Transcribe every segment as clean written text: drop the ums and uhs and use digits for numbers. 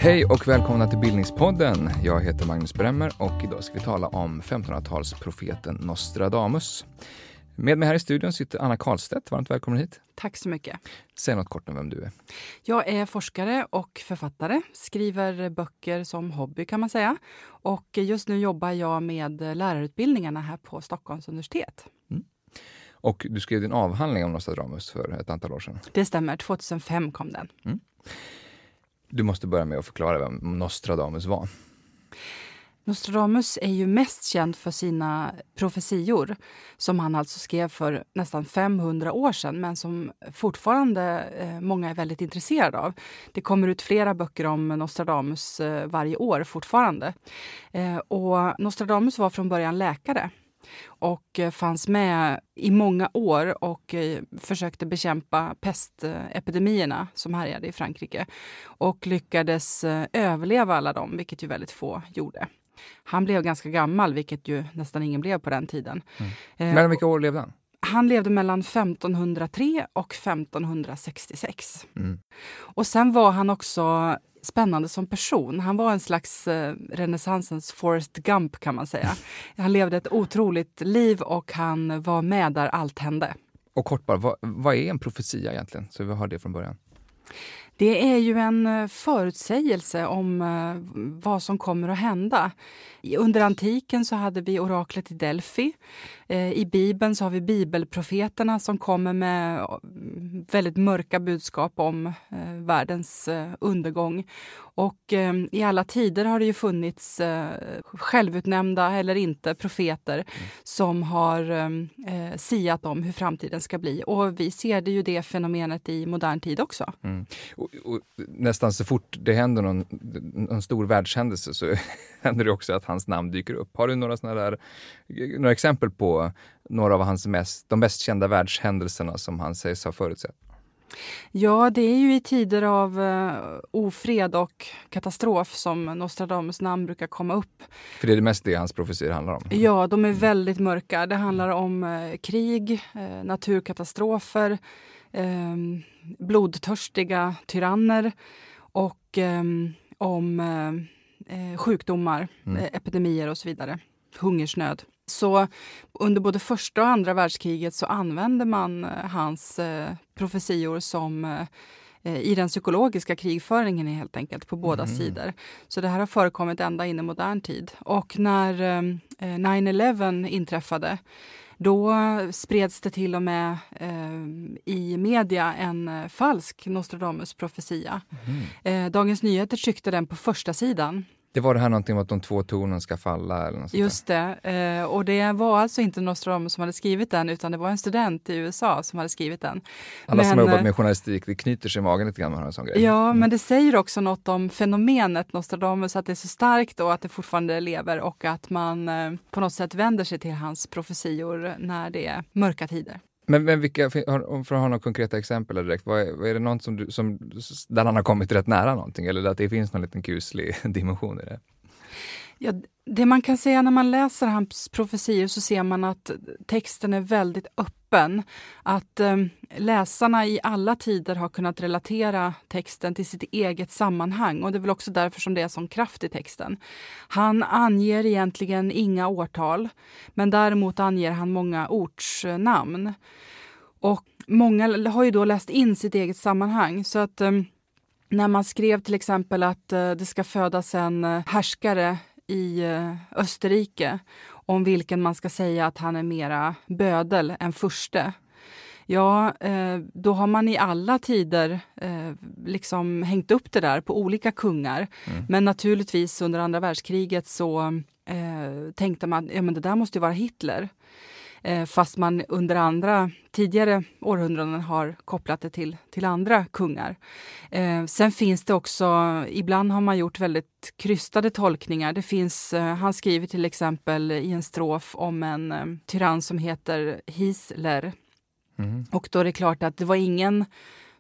Hej och välkomna till Bildningspodden. Jag heter Magnus Bremmer och idag ska vi tala om 1500-talsprofeten Nostradamus. Med mig här i studion sitter Anna Karlstedt. Varmt välkommen hit. Tack så mycket. Säg något kort om vem du är. Jag är forskare och författare. Skriver böcker som hobby kan man säga. Och just nu jobbar jag med lärarutbildningarna här på Stockholms universitet. Mm. Och du skrev din avhandling om Nostradamus för ett antal år sedan. Det stämmer, 2005 kom den. Mm. Du måste börja med att förklara vem Nostradamus var. Nostradamus är ju mest känd för sina profetior som han alltså skrev för nästan 500 år sedan men som fortfarande många är väldigt intresserade av. Det kommer ut flera böcker om Nostradamus varje år fortfarande. Och Nostradamus var från början läkare och fanns med i många år och försökte bekämpa pestepidemierna som härjade i Frankrike och lyckades överleva alla dem, vilket ju väldigt få gjorde. Han blev ganska gammal, vilket ju nästan ingen blev på den tiden. Men vilka år levde han? Han levde mellan 1503 och 1566. Mm. Och sen var han också spännande som person. Han var en slags renässansens Forrest Gump kan man säga. Han levde ett otroligt liv och han var med där allt hände. Och kort bara, vad är en profetia egentligen? Så vi har det från början. Det är ju en förutsägelse om vad som kommer att hända. Under antiken så hade vi oraklet i Delphi. I Bibeln så har vi bibelprofeterna som kommer med väldigt mörka budskap om världens undergång. Och i alla tider har det ju funnits självutnämnda eller inte profeter som har siat om hur framtiden ska bli. Och vi ser det ju det fenomenet i modern tid också. Mm. Och nästan så fort det händer någon stor världshändelse så händer det också att hans namn dyker upp. Har du några exempel på några av de mest kända världshändelserna som han sägs ha förutsett? Ja, det är ju i tider av ofred och katastrof som Nostradamus namn brukar komma upp. För det är det mest det hans profetier handlar om? Ja, de är väldigt mörka. Det handlar om krig, naturkatastrofer, blodtörstiga tyranner och om sjukdomar, epidemier och så vidare. Hungersnöd. Så under både första och andra världskriget så använde man hans profetior som i den psykologiska krigföringen helt enkelt på båda sidor. Så det här har förekommit ända in i modern tid. Och när 9/11 inträffade då spreds det till och med i media en falsk Nostradamus-profetia. Dagens Nyheter tryckte den på första sidan. Det var det här någonting om att de 2 tonen ska falla eller något sånt. Just det. Och det var alltså inte Nostradamus som hade skrivit den utan det var en student i USA som hade skrivit den. Alla som har jobbat med journalistik, det knyter sig i magen lite grann med en sån grej. Ja, men det säger också något om fenomenet Nostradamus, att det är så starkt och att det fortfarande lever och att man på något sätt vänder sig till hans profetior när det är mörka tider. Men vilka, för att ha några konkreta exempel direkt, vad är det någon som där han har kommit rätt nära någonting eller att det finns någon liten kuslig dimension i det? Ja, det man kan säga när man läser hans profetior så ser man att texten är väldigt öppen. Att läsarna i alla tider har kunnat relatera texten till sitt eget sammanhang och det är väl också därför som det är sån kraft i texten. Han anger egentligen inga årtal men däremot anger han många ortsnamn. Och många har ju då läst in sitt eget sammanhang så att när man skrev till exempel att det ska födas en härskare i Österrike om vilken man ska säga att han är mera bödel än furste. Ja, då har man i alla tider liksom hängt upp det där på olika kungar. Men naturligtvis under andra världskriget så tänkte man att det där måste ju vara Hitler. Fast man under andra tidigare århundraden har kopplat det till andra kungar. Sen finns det också, ibland har man gjort väldigt krystade tolkningar. Det finns, han skriver till exempel i en strof om en tyrann som heter Hisler. Och då är det klart att det var ingen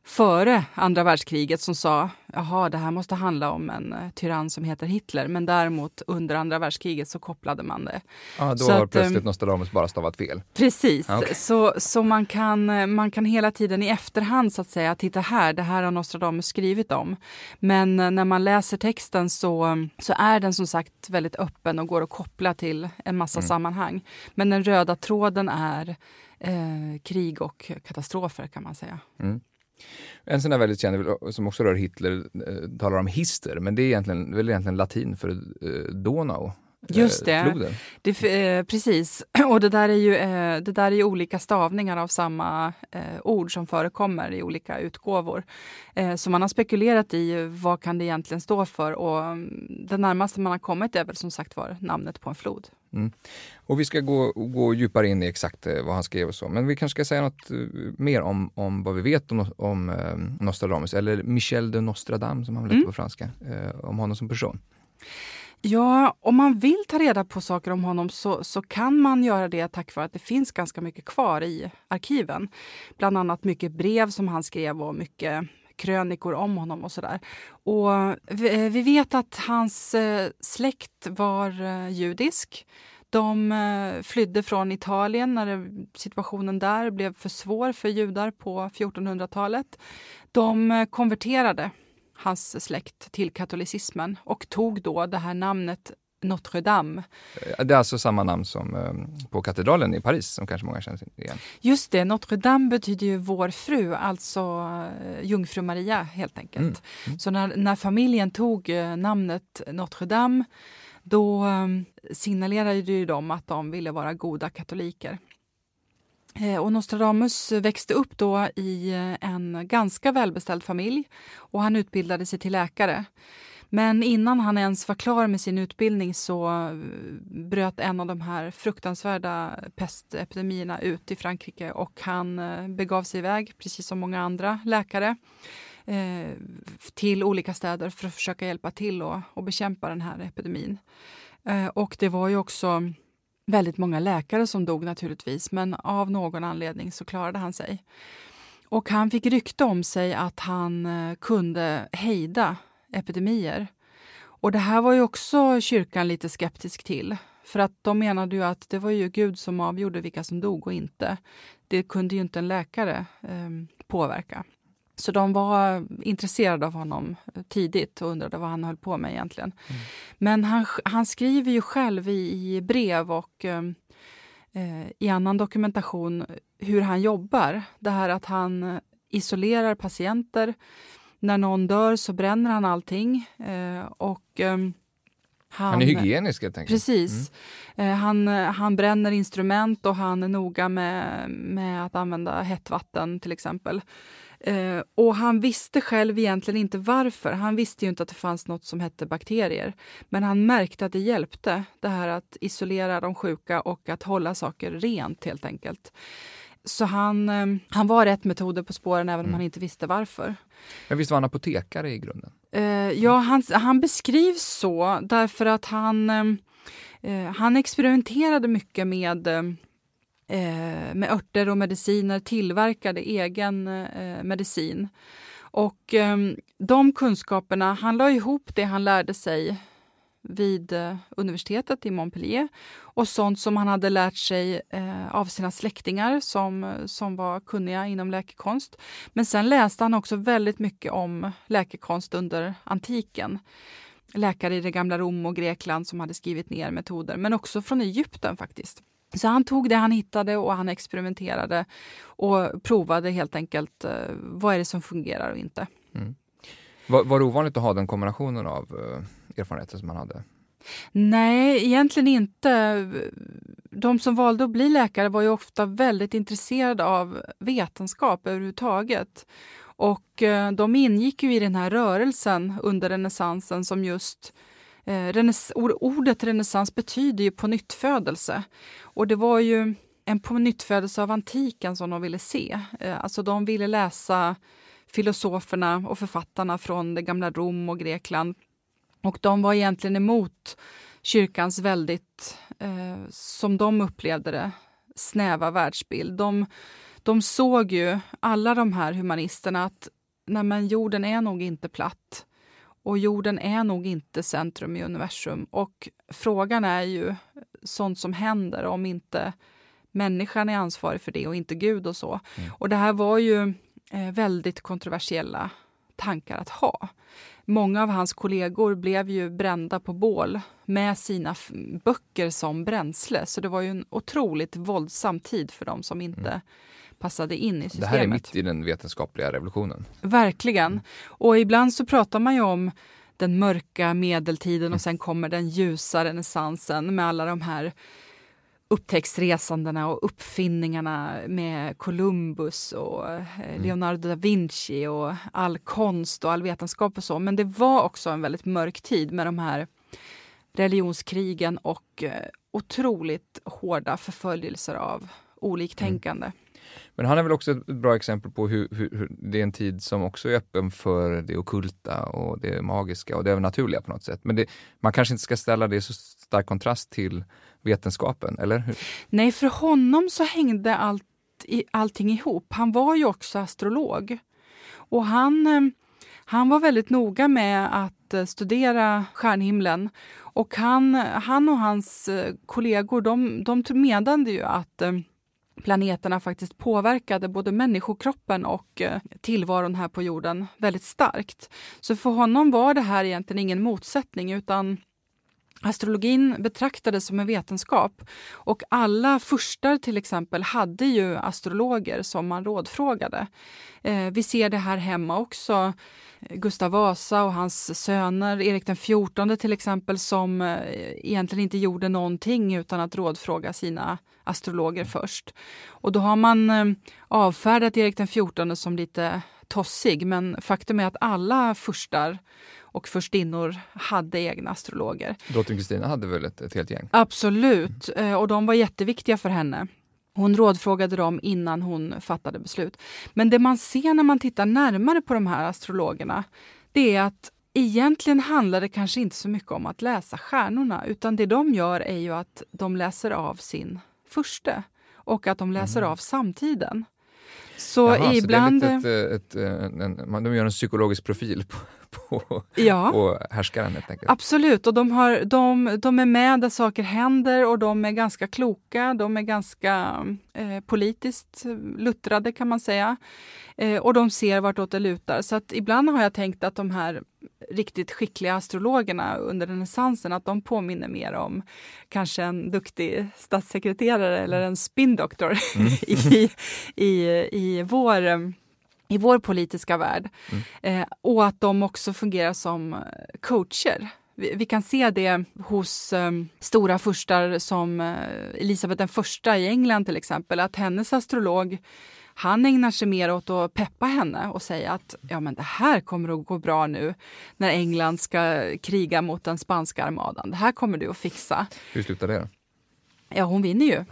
före andra världskriget som sa jaha, det här måste handla om en tyrann som heter Hitler. Men däremot under andra världskriget så kopplade man det. Ja, då så har plötsligt Nostradamus bara stavat fel. Precis, Okay. Så man kan hela tiden i efterhand så att säga titta här, det här har Nostradamus skrivit om. Men när man läser texten så är den som sagt väldigt öppen och går att koppla till en massa sammanhang. Men den röda tråden är krig och katastrofer kan man säga. Mm. En sån där väldigt känd som också rör Hitler talar om hister, men det är väl egentligen latin för Donau. Just det, floden. Precis. Och det där är ju olika stavningar av samma ord som förekommer i olika utgåvor. Så man har spekulerat i vad kan det egentligen stå för, och det närmaste man har kommit är väl som sagt var namnet på en flod. Mm. Och vi ska gå djupare in i exakt vad han skrev och så. Men vi kanske ska säga något mer om vad vi vet om Nostradamus, eller Michel de Nostradam som han heter på franska, om honom som person. Ja, om man vill ta reda på saker om honom så kan man göra det tack vare att det finns ganska mycket kvar i arkiven. Bland annat mycket brev som han skrev och mycket krönikor om honom och sådär. Och vi vet att hans släkt var judisk. De flydde från Italien när situationen där blev för svår för judar på 1400-talet. De konverterade hans släkt till katolicismen och tog då det här namnet Notre Dame. Det är alltså samma namn som på katedralen i Paris som kanske många känner igen. Just det, Notre Dame betyder ju vår fru, alltså jungfru Maria helt enkelt. Så när familjen tog namnet Notre Dame, då signalerade ju de att de ville vara goda katoliker. Och Nostradamus växte upp då i en ganska välbeställd familj och han utbildade sig till läkare. Men innan han ens var klar med sin utbildning så bröt en av de här fruktansvärda pestepidemierna ut i Frankrike och han begav sig iväg, precis som många andra läkare, till olika städer för att försöka hjälpa till och bekämpa den här epidemin. Och det var ju också väldigt många läkare som dog naturligtvis, men av någon anledning så klarade han sig. Och han fick rykte om sig att han kunde hejda epidemier. Och det här var ju också kyrkan lite skeptisk till. För att de menade ju att det var ju Gud som avgjorde vilka som dog och inte. Det kunde ju inte en läkare påverka. Så de var intresserade av honom tidigt och undrade vad han höll på med egentligen. Men han skriver ju själv i brev och i annan dokumentation hur han jobbar. Det här att han isolerar patienter. När någon dör så bränner han allting. Han är hygienisk helt enkelt. Precis. Han bränner instrument och han är noga med att använda hett vatten till exempel. Och han visste själv egentligen inte varför. Han visste ju inte att det fanns något som hette bakterier. Men han märkte att det hjälpte. Det här att isolera de sjuka och att hålla saker rent helt enkelt. Så han var rätt metoder på spåren även om han inte visste varför. Men visst var han apotekare i grunden? Ja, han beskrivs så därför att han experimenterade mycket med örter och mediciner, tillverkade egen medicin. Och de kunskaperna, han la ihop det han lärde sig vid universitetet i Montpellier och sånt som han hade lärt sig av sina släktingar som var kunniga inom läkekonst. Men sen läste han också väldigt mycket om läkekonst under antiken. Läkare i det gamla Rom och Grekland som hade skrivit ner metoder, men också från Egypten faktiskt. Så han tog det han hittade och han experimenterade och provade helt enkelt vad är det som fungerar och inte. Mm. Var det ovanligt att ha den kombinationen av erfarenheter som man hade? Nej, egentligen inte. De som valde att bli läkare var ju ofta väldigt intresserade av vetenskap överhuvudtaget. Och de ingick ju i den här rörelsen under renässansen som just... ordet renässans betyder ju pånyttfödelse. Och det var ju en pånyttfödelse av antiken som de ville se. Alltså de ville läsa filosoferna och författarna från det gamla Rom och Grekland. Och de var egentligen emot kyrkans väldigt, som de upplevde det, snäva världsbild. De såg ju, alla de här humanisterna, att nej, men jorden är nog inte platt. Och jorden är nog inte centrum i universum. Och frågan är ju sånt som händer om inte människan är ansvarig för det och inte Gud och så. Och det här var ju väldigt kontroversiella tankar att ha. Många av hans kollegor blev ju brända på bål med sina böcker som bränsle. Så det var ju en otroligt våldsam tid för dem som inte passade in i systemet. Det här är mitt i den vetenskapliga revolutionen. Verkligen. Och ibland så pratar man ju om den mörka medeltiden och sen kommer den ljusa renässansen med alla de här upptäcktsresandena och uppfinningarna med Columbus och Leonardo da Vinci och all konst och all vetenskap och så. Men det var också en väldigt mörk tid med de här religionskrigen och otroligt hårda förföljelser av oliktänkande. Men han är väl också ett bra exempel på hur det är en tid som också är öppen för det ockulta och det magiska och det övernaturliga på något sätt. Men man kanske inte ska ställa det i så stark kontrast till vetenskapen, eller hur? Nej, för honom så hängde allting ihop. Han var ju också astrolog. Och han var väldigt noga med att studera stjärnhimlen. Och han och hans kollegor, de menade ju att planeterna faktiskt påverkade både människokroppen och tillvaron här på jorden väldigt starkt. Så för honom var det här egentligen ingen motsättning, utan astrologin betraktades som en vetenskap. Och alla furstar till exempel hade ju astrologer som man rådfrågade. Vi ser det här hemma också. Gustav Vasa och hans söner, Erik den XIV till exempel, som egentligen inte gjorde någonting utan att rådfråga sina astrologer först. Och då har man avfärdat Erik den XIV som lite tossig, men faktum är att alla furstar och förstinnor hade egna astrologer. Drottning Kristina hade väl ett helt gäng? Absolut, och de var jätteviktiga för henne. Hon rådfrågade dem innan hon fattade beslut. Men det man ser när man tittar närmare på de här astrologerna, det är att egentligen handlar det kanske inte så mycket om att läsa stjärnorna, utan det de gör är ju att de läser av sin furste och att de läser av samtiden. Så Jaha, ibland... Så det är de gör en psykologisk profil på härskaren helt enkelt. Absolut, och de är med där saker händer och de är ganska kloka, de är ganska politiskt luttrade kan man säga. Och de ser vartåt det lutar. Så att ibland har jag tänkt att de här riktigt skickliga astrologerna under renässansen, att de påminner mer om kanske en duktig statssekreterare eller en spindoktor i vår politiska värld. Och att de också fungerar som coacher. Vi kan se det hos stora furstar som Elisabeth I i England till exempel, att hennes astrolog, han ägnar sig mer åt att peppa henne och säga att ja, men det här kommer att gå bra nu när England ska kriga mot den spanska armadan. Det här kommer du att fixa. Hur slutar det då? Ja, hon vinner ju.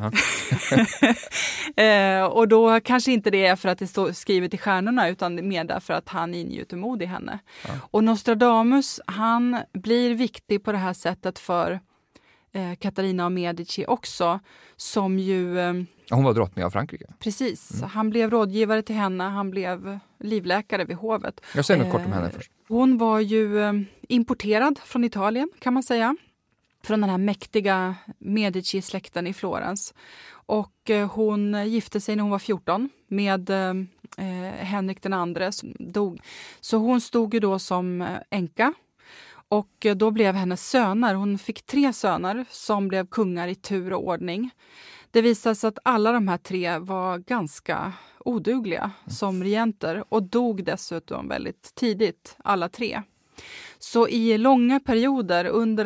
Och då kanske inte det är för att det står skrivet i stjärnorna, utan mer därför att han ingjuter mod i henne. Ja. Och Nostradamus, han blir viktig på det här sättet för Katarina av Medici också, som ju... Hon var drottning av Frankrike. Precis. Han blev rådgivare till henne, han blev livläkare vid hovet. Jag säger något kort om henne först. Hon var ju importerad från Italien kan man säga. Från den här mäktiga Medici-släkten i Florens. Och hon gifte sig när hon var 14 med Henrik den andre som dog. Så hon stod ju då som änka. Och då blev hennes söner, hon fick 3 söner som blev kungar i tur och ordning. Det visade sig att alla de här 3 var ganska odugliga som regenter och dog dessutom väldigt tidigt, alla 3. Så i långa perioder under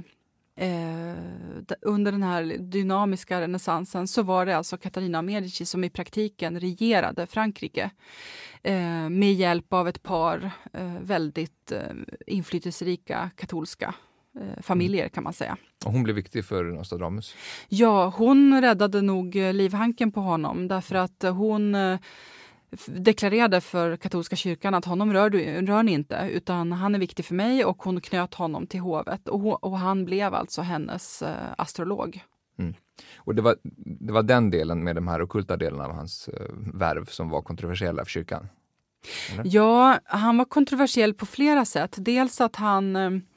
den här dynamiska renässansen så var det alltså Katarina av Medici som i praktiken regerade Frankrike med hjälp av ett par väldigt inflytelserika katolska familjer kan man säga. Och hon blev viktig för Nostradamus? Ja, hon räddade nog livhanken på honom därför att hon deklarerade för katolska kyrkan att honom rör ni inte, utan han är viktig för mig, och hon knöt honom till hovet och han blev alltså hennes astrolog. Och det var den delen med de här ockulta delarna av hans värv som var kontroversiella för kyrkan? Eller? Ja, han var kontroversiell på flera sätt. Dels att han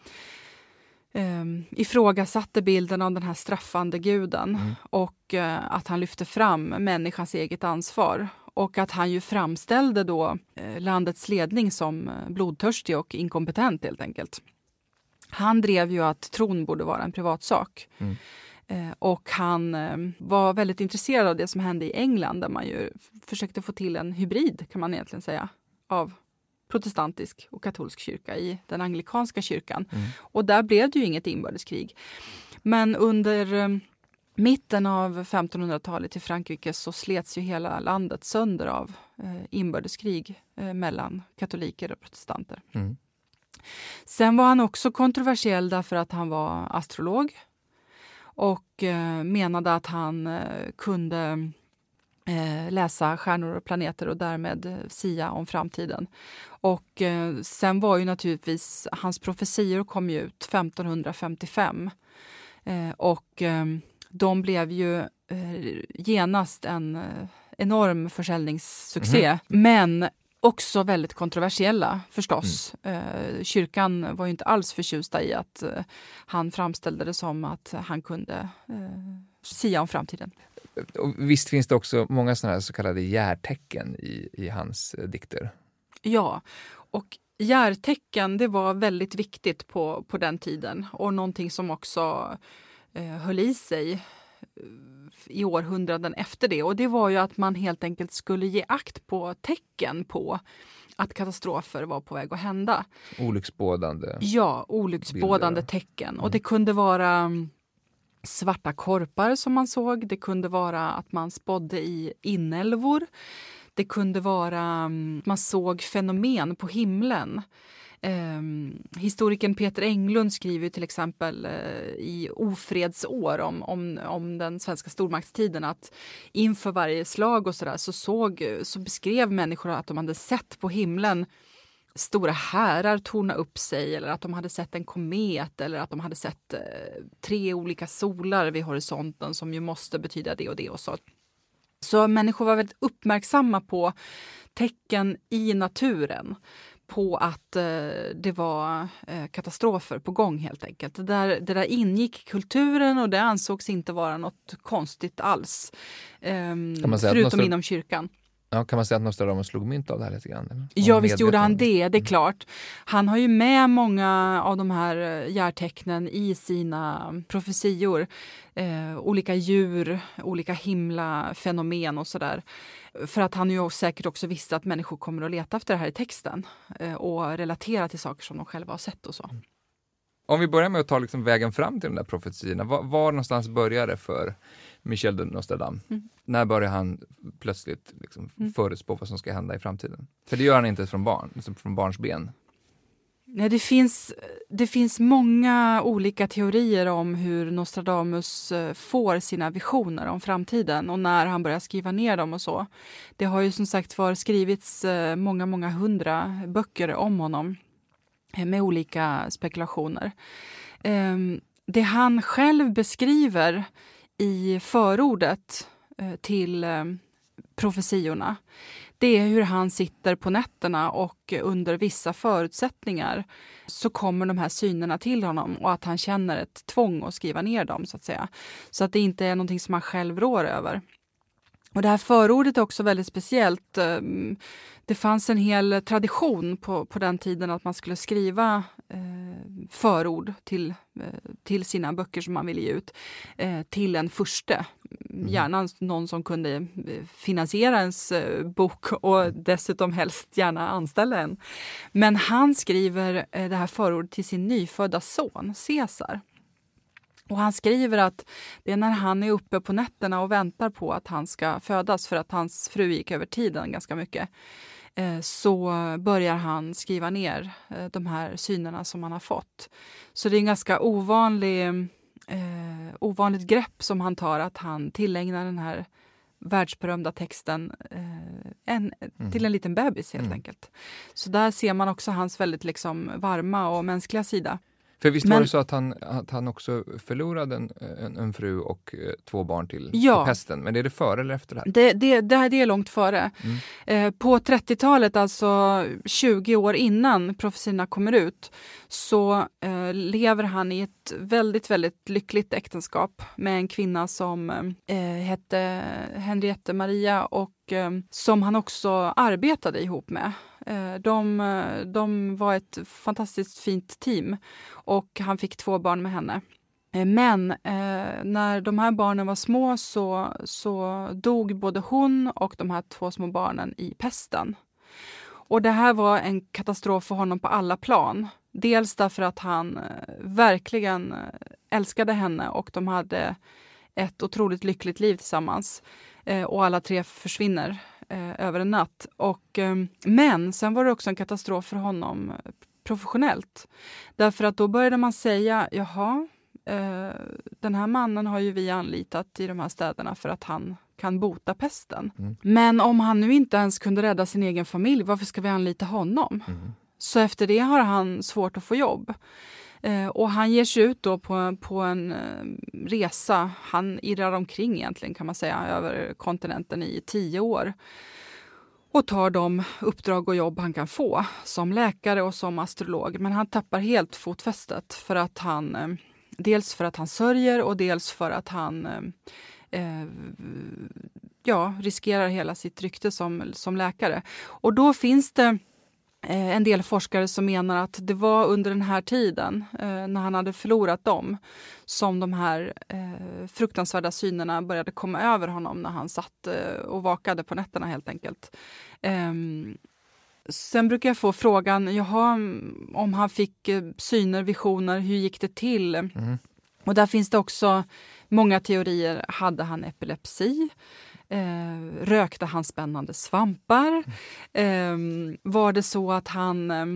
ifrågasatte bilden av den här straffande guden och att han lyfte fram människans eget ansvar. Och att han ju framställde då landets ledning som blodtörstig och inkompetent helt enkelt. Han drev ju att tron borde vara en privatsak. Och han var väldigt intresserad av det som hände i England där man ju försökte få till en hybrid, kan man egentligen säga, av protestantisk och katolsk kyrka i den anglikanska kyrkan. Och där blev det ju inget inbördeskrig. Men under mitten av 1500-talet i Frankrike så slets ju hela landet sönder av inbördeskrig mellan katoliker och protestanter. Sen var han också kontroversiell därför att han var astrolog och menade att han kunde läsa stjärnor och planeter och därmed sia om framtiden. Och sen var ju naturligtvis, hans profetior kom ju ut 1555 och de blev ju genast en enorm försäljningssuccé. Men också väldigt kontroversiella förstås. Kyrkan var ju inte alls förtjusta i att han framställde det som att han kunde sia om framtiden. Och visst finns det också många sådana här så kallade järtecken i hans dikter? Ja, och järtecken det var väldigt viktigt på den tiden. Och någonting som också höll i sig i århundraden efter det. Och det var ju att man helt enkelt skulle ge akt på tecken på att katastrofer var på väg att hända. Olycksbådande. Ja, olycksbådande tecken. Och det kunde vara svarta korpar som man såg. Det kunde vara att man spådde i inälvor. Det kunde vara man såg fenomen på himlen. Historikern Peter Englund skriver till exempel i Ofredsår om den svenska stormaktstiden att inför varje slag och sådär så beskrev människor att de hade sett på himlen stora härar torna upp sig eller att de hade sett en komet eller att de hade sett 3 olika solar vid horisonten som ju måste betyda det och det och så. Så människor var väldigt uppmärksamma på tecken i naturen. På att det var katastrofer på gång helt enkelt. Det där ingick kulturen och det ansågs inte vara något konstigt alls. Förutom inom kyrkan. Ja, kan man säga att Nostradamus slog mynt av det här lite grann? Eller? Ja, visst gjorde han det. Det är klart. Han har ju med många av de här järtecknen i sina profetior. Olika djur, olika himlafenomen och sådär. För att han ju säkert också visste att människor kommer att leta efter det här i texten. Och relatera till saker som de själva har sett och så. Om vi börjar med att ta liksom vägen fram till de där profetiorna. Var någonstans började för Michel de Nostradam? När började han plötsligt liksom förutspå vad som ska hända i framtiden? För det gör han inte från barns ben. Nej, det finns många olika teorier om hur Nostradamus får sina visioner om framtiden och när han börjar skriva ner dem och så. Det har ju som sagt skrivits många 100 böcker om honom med olika spekulationer. Det han själv beskriver i förordet till profetiorna, det är hur han sitter på nätterna och under vissa förutsättningar så kommer de här synerna till honom och att han känner ett tvång att skriva ner dem så att säga. Så att det inte är någonting som han själv rår över. Och det här förordet är också väldigt speciellt. Det fanns en hel tradition på den tiden att man skulle skriva förord till sina böcker som man ville ge ut till en furste. Gärna någon som kunde finansiera ens bok och dessutom helst gärna anställa en. Men han skriver det här förordet till sin nyfödda son, Caesar. Och han skriver att det är när han är uppe på nätterna och väntar på att han ska födas för att hans fru gick över tiden ganska mycket. Så börjar han skriva ner de här synerna som han har fått. Så det är en ganska ovanligt grepp som han tar att han tillägnar den här världsberömda texten till en liten bebis helt enkelt. Så där ser man också hans väldigt liksom varma och mänskliga sida. För visst var det så att han också förlorade en fru och 2 barn till pesten. Men är det före eller efter det här? Det är långt före. På 30-talet, alltså 20 år innan profetiorna kommer ut, så lever han i ett väldigt, väldigt lyckligt äktenskap med en kvinna som hette Henriette Maria och som han också arbetade ihop med. De var ett fantastiskt fint team och han fick 2 barn med henne. Men när de här barnen var små så dog både hon och de här 2 små barnen i pesten. Och det här var en katastrof för honom på alla plan. Dels därför att han verkligen älskade henne och de hade ett otroligt lyckligt liv tillsammans. Och alla 3 försvinner över en natt. Men sen var det också en katastrof för honom professionellt. Därför att då började man säga, den här mannen har ju vi anlitat i de här städerna för att han kan bota pesten. Men om han nu inte ens kunde rädda sin egen familj, varför ska vi anlita honom? Så efter det har han svårt att få jobb. Och han ger sig ut då på en resa. Han irrar omkring egentligen, kan man säga, över kontinenten i 10 år. Och tar de uppdrag och jobb han kan få som läkare och som astrolog. Men han tappar helt fotfästet för att han, dels för att han sörjer och dels för att han riskerar hela sitt rykte som läkare. Och då finns det en del forskare som menar att det var under den här tiden, när han hade förlorat dem, som de här fruktansvärda synerna började komma över honom när han satt och vakade på nätterna helt enkelt. Sen brukar jag få frågan, om han fick syner, visioner, hur gick det till? Och där finns det också många teorier. Hade han epilepsi? Rökte han spännande svampar? Var det så att han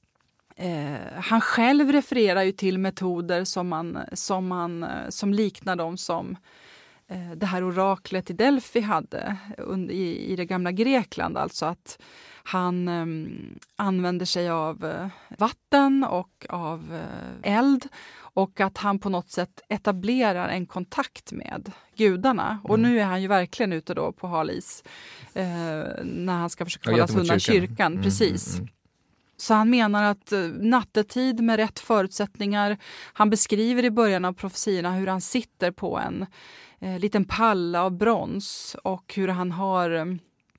själv refererar ju till metoder som liknar dem som det här oraklet i Delphi hade i det gamla Grekland. Alltså att han använder sig av vatten och av eld. Och att han på något sätt etablerar en kontakt med gudarna. Och nu är han ju verkligen ute då på halis när han ska försöka hålla sig undan kyrkan. Precis. Så han menar att nattetid med rätt förutsättningar. Han beskriver i början av profetiorna hur han sitter på en liten pall av brons. Och hur han har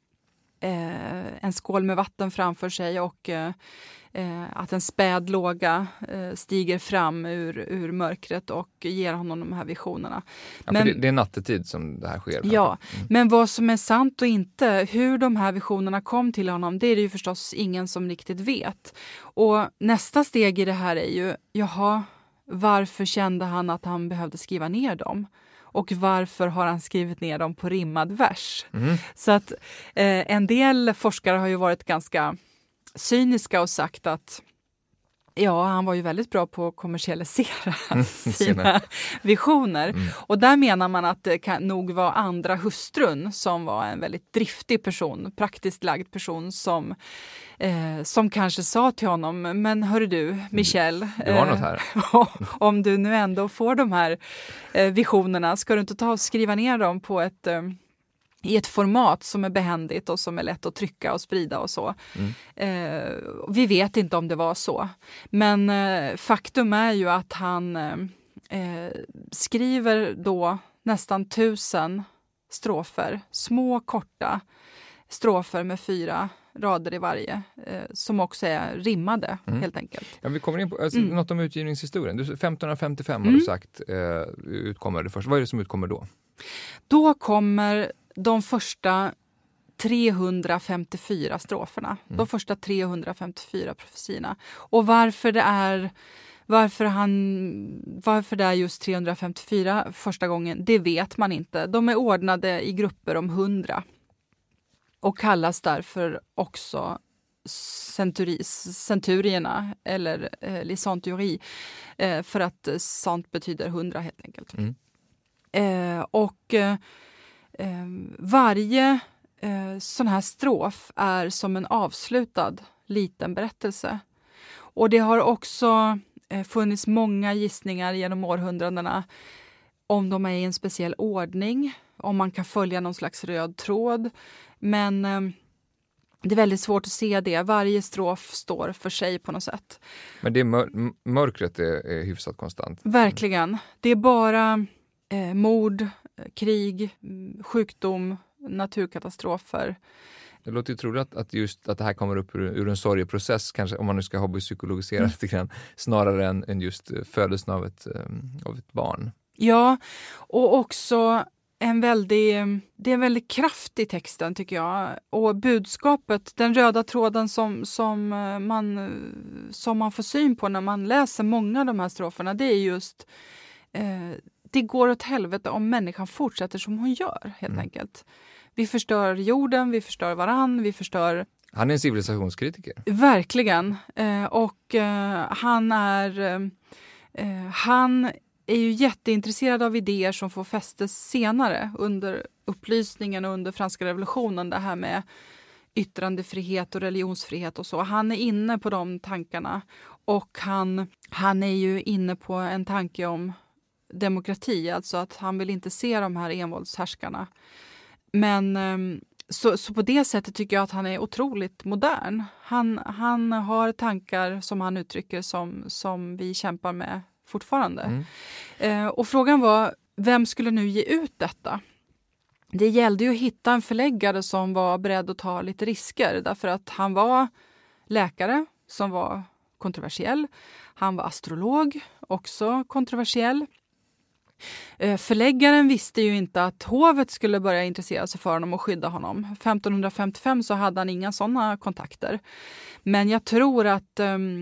en skål med vatten framför sig och att en späd låga stiger fram ur mörkret och ger honom de här visionerna. Ja, men det är nattetid som det här sker. Ja, men vad som är sant och inte, hur de här visionerna kom till honom, det är det ju förstås ingen som riktigt vet. Och nästa steg i det här är ju, varför kände han att han behövde skriva ner dem? Och varför har han skrivit ner dem på rimmad vers? Så att en del forskare har ju varit ganska cyniska och sagt att han var ju väldigt bra på att kommersialisera sina visioner. Och där menar man att det kan nog vara andra hustrun som var en väldigt driftig person, praktiskt lagd person som kanske sa till honom, men hörru du, Michel, du har något här. Om du nu ändå får de här visionerna, ska du inte ta och skriva ner dem på i ett format som är behändigt och som är lätt att trycka och sprida och så. Vi vet inte om det var så. Men faktum är ju att han skriver då nästan 1000 strofer. Små, korta strofer med 4 rader i varje. Som också är rimmade, helt enkelt. Ja, vi kommer in på något om utgivningshistorien. 1555 har du sagt utkommer det först. Vad är det som utkommer då? Då kommer de första 354 stroferna. De första 354 profetiorna. Och varför det är just 354 första gången, det vet man inte. De är ordnade i grupper om 100. Och kallas därför också centurierna eller les centuries, för att cent betyder 100 helt enkelt. Varje sån här strof är som en avslutad liten berättelse. Och det har också funnits många gissningar genom århundradena om de är i en speciell ordning, om man kan följa någon slags röd tråd. Men det är väldigt svårt att se det. Varje strof står för sig på något sätt. Men det mörkret är hyfsat konstant. Verkligen. Det är bara mord, krig, sjukdom, naturkatastrofer. Det låter ju troligt att just att det här kommer upp ur en sorgeprocess, kanske, om man nu ska hobbypsykologisera lite grann, snarare än just födelsen av ett barn. Ja, och också det är en väldigt kraft i texten, tycker jag. Och budskapet, den röda tråden som man får syn på när man läser många av de här stroferna, det är just det går åt helvete om människan fortsätter som hon gör, helt enkelt. Vi förstör jorden, vi förstör varann, vi förstör... Han är en civilisationskritiker. Verkligen. Han är ju jätteintresserad av idéer som får fäste senare under upplysningen och under franska revolutionen. Det här med yttrandefrihet och religionsfrihet och så. Han är inne på de tankarna. Och han är ju inne på en tanke om demokrati. Alltså att han vill inte se de här envåldshärskarna. Men så på det sättet tycker jag att han är otroligt modern. Han har tankar som han uttrycker som vi kämpar med fortfarande. Och frågan var, vem skulle nu ge ut detta? Det gällde ju att hitta en förläggare som var beredd att ta lite risker. Därför att han var läkare som var kontroversiell. Han var astrolog, också kontroversiell. Förläggaren visste ju inte att hovet skulle börja intressera sig för honom och skydda honom. 1555 så hade han inga sådana kontakter. Men jag tror att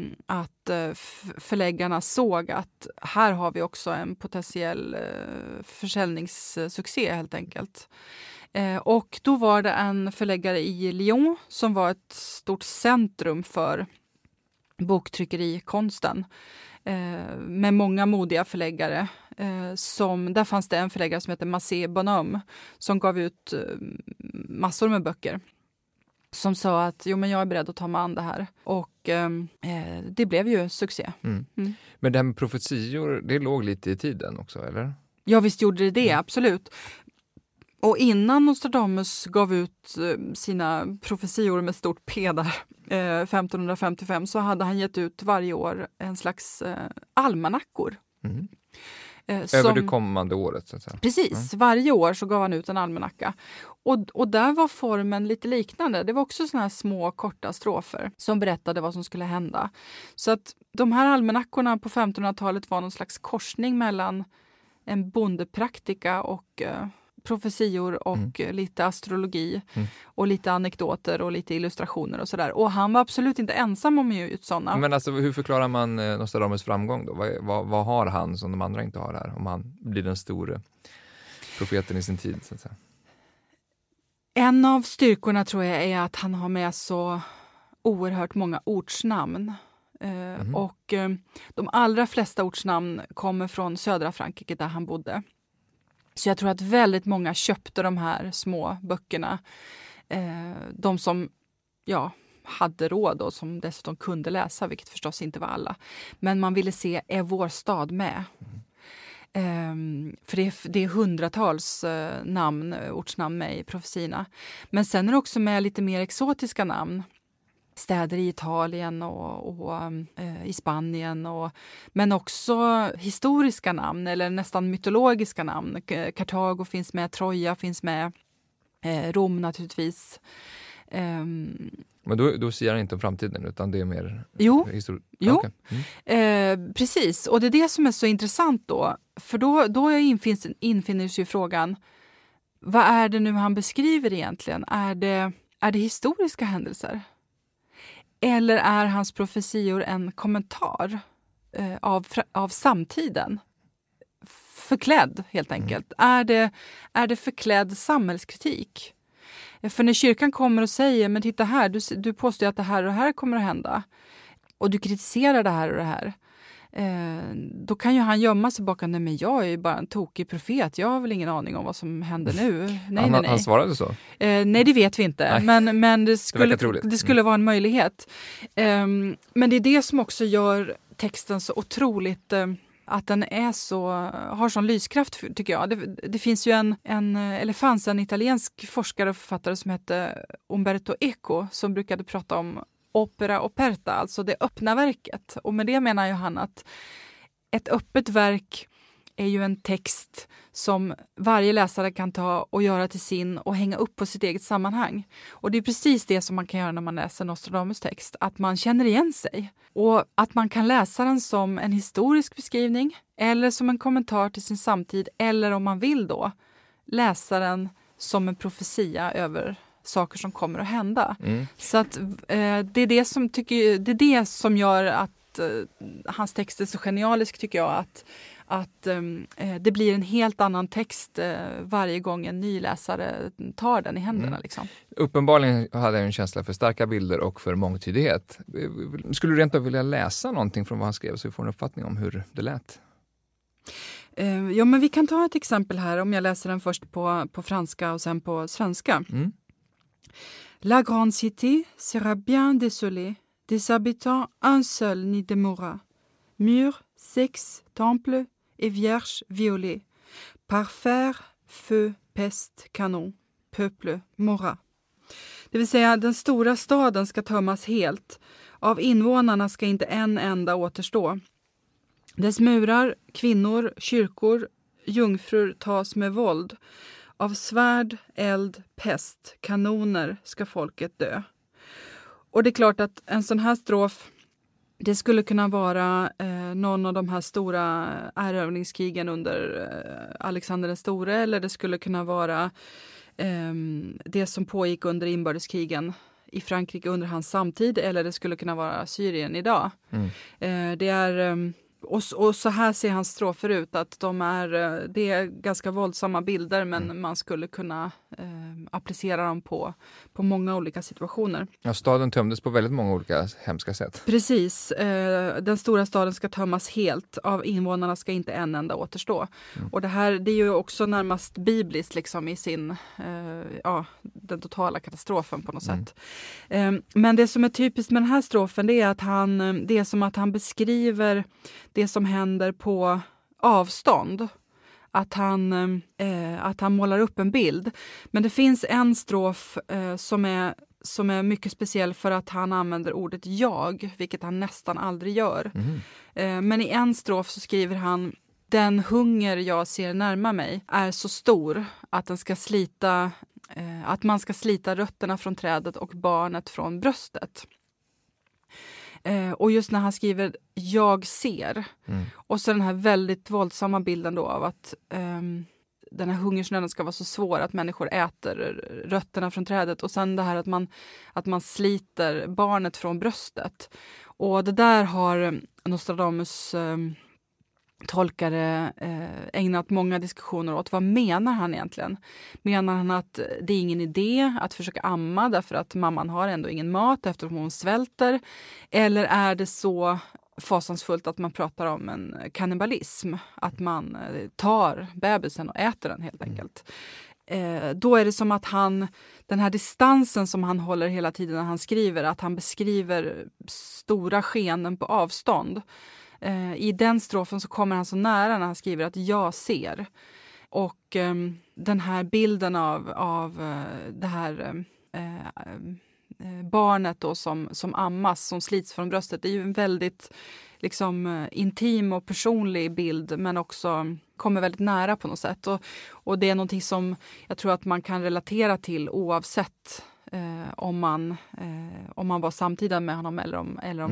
förläggarna såg att här har vi också en potentiell försäljningssuccé, helt enkelt. Och då var det en förläggare i Lyon som var ett stort centrum för boktryckerikonsten. Med många modiga förläggare. Där fanns det en förläggare som heter Massé Bonhomme som gav ut massor med böcker. Som sa att jag är beredd att ta mig an det här. Och det blev ju succé. Men det här med profetior, det låg lite i tiden också, eller? Ja, visst gjorde det, absolut. Och innan Nostradamus gav ut sina profetior med stort P där, 1555, så hade han gett ut varje år en slags almanackor. Över det kommande året, så att säga. Precis, varje år så gav han ut en almanacka. Och där var formen lite liknande. Det var också såna här små korta strofer som berättade vad som skulle hända. Så att de här almanackorna på 1500-talet var någon slags korsning mellan en bondepraktika och profetior och lite astrologi och lite anekdoter och lite illustrationer och sådär. Och han var absolut inte ensam om att ge ut sådana. Men alltså, hur förklarar man Nostradamus framgång då? Vad har han som de andra inte har här? Om han blir den stora profeten i sin tid, så att säga. En av styrkorna tror jag är att han har med så oerhört många ortsnamn. Och de allra flesta ortsnamn kommer från södra Frankrike där han bodde. Så jag tror att väldigt många köpte de här små böckerna. De som hade råd och som dessutom kunde läsa, vilket förstås inte var alla. Men man ville se, är vår stad med? För det är hundratals ortsnamn med i profetiorna. Men sen är det också med lite mer exotiska namn. Städer i Italien och i Spanien. Men också historiska namn eller nästan mytologiska namn. Kartago finns med, Troja finns med, Rom naturligtvis. Men då säger han inte om framtiden utan det är mer historiskt? Jo. Okay. Precis. Och det är det som är så intressant då. För då infinner sig frågan, vad är det nu han beskriver egentligen? Är det historiska händelser? Eller är hans profetior en kommentar av samtiden? Förklädd, helt enkelt. Är det förklädd samhällskritik? För när kyrkan kommer och säger, men titta här, du påstår att det här och det här kommer att hända. Och du kritiserar det här och det här. då kan ju han gömma sig bakom det, men jag är ju bara en tokig profet. Jag har väl ingen aning om vad som händer nu. Nej. Han svarade så? Nej, det vet vi inte. Men det skulle vara en möjlighet. Men det är det som också gör texten så otroligt... att den har sån lyskraft, tycker jag. Det finns ju en italiensk forskare och författare som hette Umberto Eco, som brukade prata om opera aperta, alltså det öppna verket. Och med det menar ju han att ett öppet verk är ju en text som varje läsare kan ta och göra till sin och hänga upp på sitt eget sammanhang. Och det är precis det som man kan göra när man läser Nostradamus text, att man känner igen sig. Och att man kan läsa den som en historisk beskrivning eller som en kommentar till sin samtid, eller om man vill då läsa den som en profetia över saker som kommer att hända. Så att det är det som gör att hans text är så genialisk, tycker jag, att det blir en helt annan text varje gång en ny läsare tar den i händerna. Liksom. Uppenbarligen hade jag en känsla för starka bilder och för mångtydighet. Skulle du rent av vilja läsa någonting från vad han skrev så vi får en uppfattning om hur det lät? Ja, men vi kan ta ett exempel här, om jag läser den först på franska och sen på svenska. La grande cité sera bien désolée, des habitants un seul n'y demeura. Murs, sex, temples et vierges violées. Par fer, feu, peste, canon, peuple mourra. Det vill säga, den stora staden ska tömmas helt. Av invånarna ska inte en enda återstå. Dess murar, kvinnor, kyrkor, jungfrur tas med våld. Av svärd, eld, pest, kanoner ska folket dö. Och det är klart att en sån här strof, det skulle kunna vara någon av de här stora erövringskrigen under Alexander den store, eller det skulle kunna vara det som pågick under inbördeskrigen i Frankrike under hans samtid, eller det skulle kunna vara Syrien idag. Det är... Och så här ser hans strofer ut, att det är ganska våldsamma bilder, men man skulle kunna applicera dem på många olika situationer. Ja, staden tömdes på väldigt många olika hemska sätt. Precis. Den stora staden ska tömmas helt. Av invånarna ska inte en enda återstå. Och det är ju också närmast bibliskt liksom i sin den totala katastrofen på något sätt. Men det som är typiskt med den här strofen, det är att det är som att han beskriver det som händer på avstånd. Att han målar upp en bild. Men det finns en strof som är mycket speciell för att han använder ordet jag, vilket han nästan aldrig gör. Men i en strof så skriver han: den hunger jag ser närma mig är så stor att man ska slita rötterna från trädet och barnet från bröstet. Och just när han skriver jag ser, och så den här väldigt våldsamma bilden då av att den här hungersnöden ska vara så svår att människor äter rötterna från trädet, och sen det här att man sliter barnet från bröstet. Och det där har Nostradamus tolkare ägnat många diskussioner åt. Vad menar han egentligen? Menar han att det är ingen idé att försöka amma därför att mamman har ändå ingen mat eftersom hon svälter? Eller är det så fasansfullt att man pratar om en kannibalism? Att man tar bebisen och äter den helt enkelt. Då är det som att den här distansen som han håller hela tiden när han skriver, att han beskriver stora skenen på avstånd. I den strofen så kommer han så nära när han skriver att jag ser. Och den här bilden av det här barnet då som ammas, som slits från bröstet, det är ju en väldigt liksom intim och personlig bild, men också kommer väldigt nära på något sätt. Och det är någonting som jag tror att man kan relatera till oavsett om man var samtida med honom eller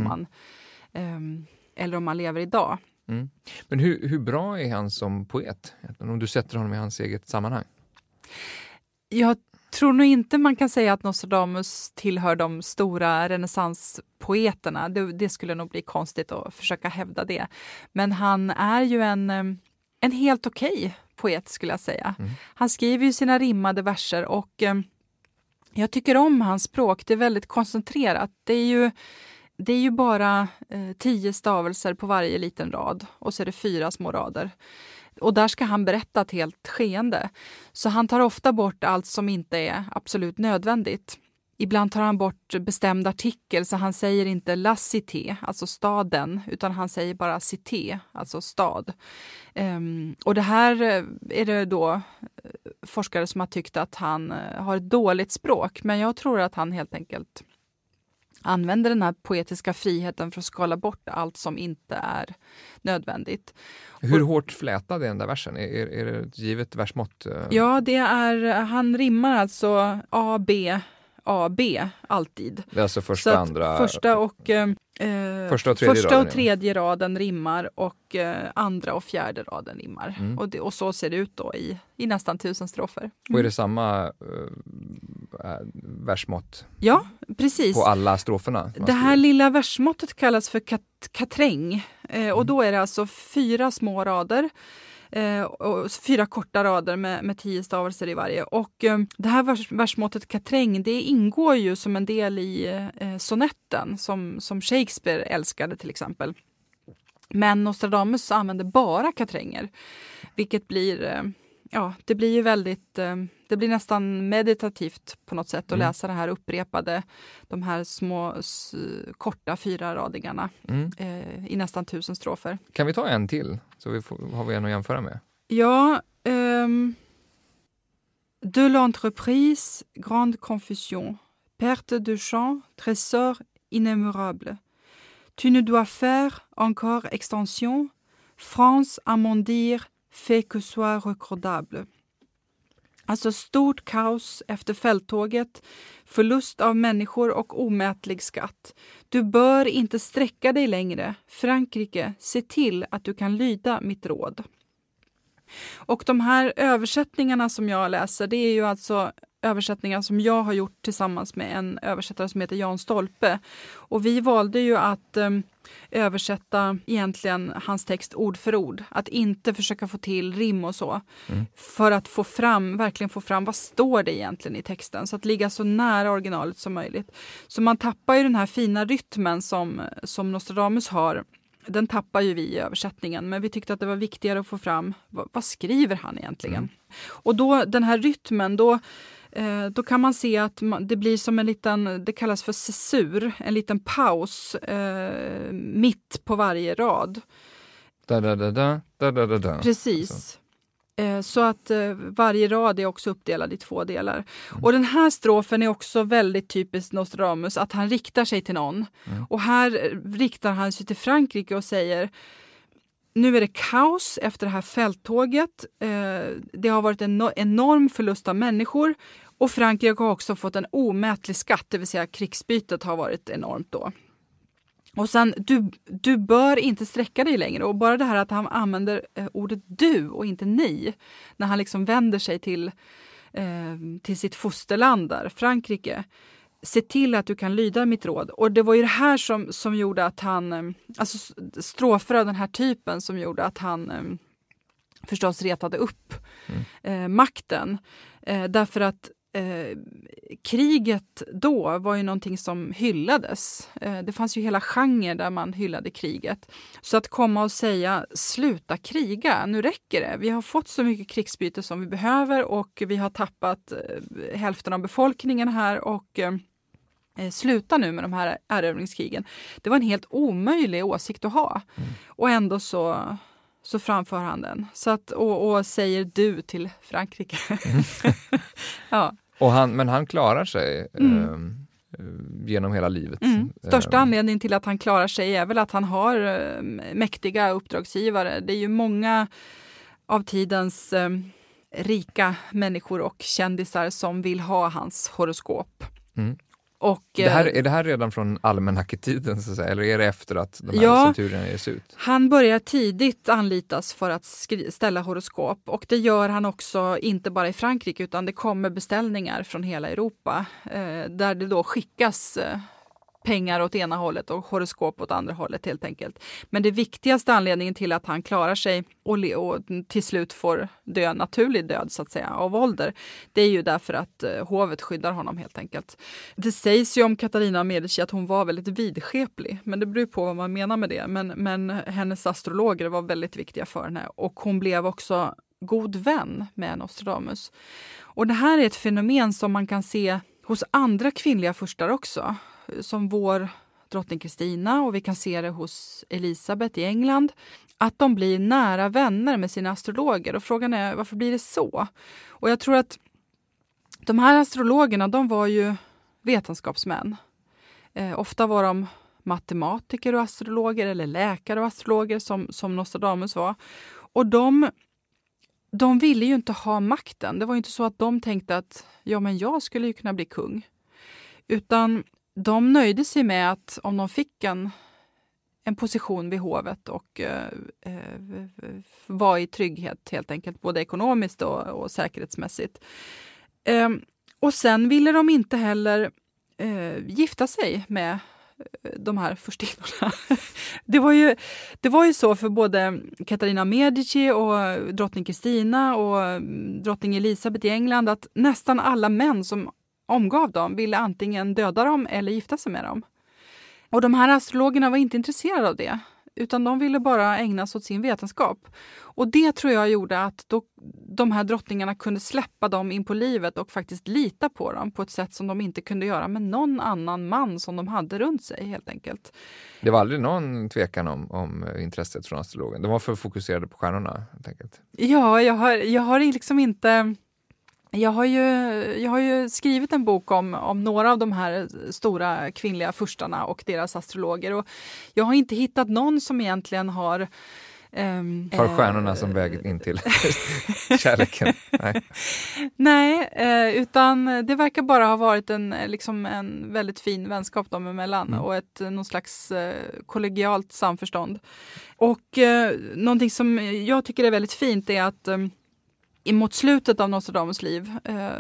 om man lever idag. Men hur bra är han som poet? Om du sätter honom i hans eget sammanhang? Jag tror nog inte man kan säga att Nostradamus tillhör de stora renässanspoeterna. Det skulle nog bli konstigt att försöka hävda det. Men han är ju en helt okej poet, skulle jag säga. Han skriver ju sina rimmade verser, och jag tycker om hans språk. Det är väldigt koncentrerat. Det är ju det är ju bara 10 stavelser på varje liten rad och så är det 4 små rader. Och där ska han berätta ett helt skeende. Så han tar ofta bort allt som inte är absolut nödvändigt. Ibland tar han bort bestämd artikel, så han säger inte la cité, alltså staden, utan han säger bara cité, alltså stad. Och det här är det då forskare som har tyckt att han har ett dåligt språk, men jag tror att han helt enkelt använder den här poetiska friheten för att skala bort allt som inte är nödvändigt. Hur hårt flätad är den där versen? Är det ett givet versmått? Ja, han rimmar alltså A, B, alltid. Det är alltså första och tredje raden rimmar och andra och fjärde raden rimmar. Och så ser det ut då i nästan 1000 strofer. Och är det samma versmått? Ja, precis. På alla stroferna? Det här lilla versmåttet kallas för katräng. Och då är det alltså 4 små rader. Och 4 korta rader med 10 stavelser i varje. Och det här versmåttet katräng, det ingår ju som en del i sonetten som Shakespeare älskade till exempel. Men Nostradamus använder bara katränger, vilket blir det blir ju väldigt, det blir nästan meditativt på något sätt att läsa det här upprepade, de här små korta 4-radingarna i nästan 1000 strofer. Kan vi ta en till så har vi en att jämföra med? Ja, de l'entreprise, grande confusion, perte de champ, trésor inémurable. Tu ne dois faire encore extension, France à mon dire fait que soit recordable. Alltså stort kaos efter fälttåget, förlust av människor och omätlig skatt. Du bör inte sträcka dig längre. Frankrike, se till att du kan lyda mitt råd. Och de här översättningarna som jag läser, det är ju alltså översättningar som jag har gjort tillsammans med en översättare som heter Jan Stolpe. Och vi valde ju att översätta egentligen hans text ord för ord. Att inte försöka få till rim och så. För att verkligen få fram vad står det egentligen i texten. Så att ligga så nära originalet som möjligt. Så man tappar ju den här fina rytmen som Nostradamus har. Den tappar ju vi i översättningen, men vi tyckte att det var viktigare att få fram vad skriver han egentligen. Och då den här rytmen, då kan man se att det blir som en liten, det kallas för cäsur, en liten paus mitt på varje rad. Precis. Alltså. Så att varje rad är också uppdelad i 2 delar. Och den här strofen är också väldigt typiskt Nostradamus, att han riktar sig till någon. Och här riktar han sig till Frankrike och säger: nu är det kaos efter det här fälttåget. Det har varit en enorm förlust av människor. Och Frankrike har också fått en omätlig skatt, det vill säga krigsbytet har varit enormt då. Och sen, du bör inte sträcka dig längre. Och bara det här att han använder ordet du och inte ni. När han liksom vänder sig till sitt fosterland där, Frankrike. Se till att du kan lyda mitt råd. Och det var ju det här som gjorde att han, alltså strofer av den här typen som gjorde att han förstås retade upp makten. Därför att kriget då var ju någonting som hyllades. Det fanns ju hela genrer där man hyllade kriget. Så att komma och säga sluta kriga, nu räcker det. Vi har fått så mycket krigsbyte som vi behöver och vi har tappat hälften av befolkningen här och sluta nu med de här erövringskrigen. Det var en helt omöjlig åsikt att ha. Och ändå så framför han den. Så att, och säger du till Frankrike. Ja. Men han klarar sig genom hela livet. Största anledningen till att han klarar sig är väl att han har mäktiga uppdragsgivare. Det är ju många av tidens rika människor och kändisar som vill ha hans horoskop. Och, är det här redan från almanacketiden så att säga, eller är det efter att de här centurierna ges ut? Han börjar tidigt anlitas för att ställa horoskop och det gör han också inte bara i Frankrike utan det kommer beställningar från hela Europa där det då skickas pengar åt ena hållet och horoskop åt andra hållet helt enkelt. Men det viktigaste anledningen till att han klarar sig och till slut får dö en naturlig död så att säga av ålder, det är ju därför att hovet skyddar honom helt enkelt. Det sägs ju om Katarina Medici att hon var väldigt vidskeplig, men det beror på vad man menar med det. Men hennes astrologer var väldigt viktiga för henne och hon blev också god vän med Nostradamus. Och det här är ett fenomen som man kan se hos andra kvinnliga furstar också, som vår drottning Kristina, och vi kan se det hos Elisabeth i England, att de blir nära vänner med sina astrologer. Och frågan är, varför blir det så? Och jag tror att de här astrologerna, de var ju vetenskapsmän. Ofta var de matematiker och astrologer, eller läkare och astrologer som Nostradamus var. Och de ville ju inte ha makten. Det var ju inte så att de tänkte att men jag skulle ju kunna bli kung. Utan de nöjde sig med att om de fick en position vid hovet och var i trygghet helt enkelt, både ekonomiskt och säkerhetsmässigt. Och sen ville de inte heller gifta sig med de här furstinnorna. Det var ju så för både Katarina Medici och drottning Kristina och drottning Elisabeth i England att nästan alla män som omgav dem ville antingen döda dem eller gifta sig med dem. Och de här astrologerna var inte intresserade av det, utan de ville bara ägna sig åt sin vetenskap. Och det tror jag gjorde att de här drottningarna kunde släppa dem in på livet och faktiskt lita på dem på ett sätt som de inte kunde göra med någon annan man som de hade runt sig helt enkelt. Det var aldrig någon tvekan om intresset från astrologen. De var för fokuserade på stjärnorna helt enkelt. Ja, jag har liksom inte... Jag har ju skrivit en bok om några av de här stora kvinnliga furstarna och deras astrologer. Och jag har inte hittat någon som egentligen har... Tar stjärnorna som väg in till kärleken. Nej, utan det verkar bara ha varit en väldigt fin vänskap dem emellan och någon slags kollegialt samförstånd. Och någonting som jag tycker är väldigt fint är att mot slutet av Nostradamus liv,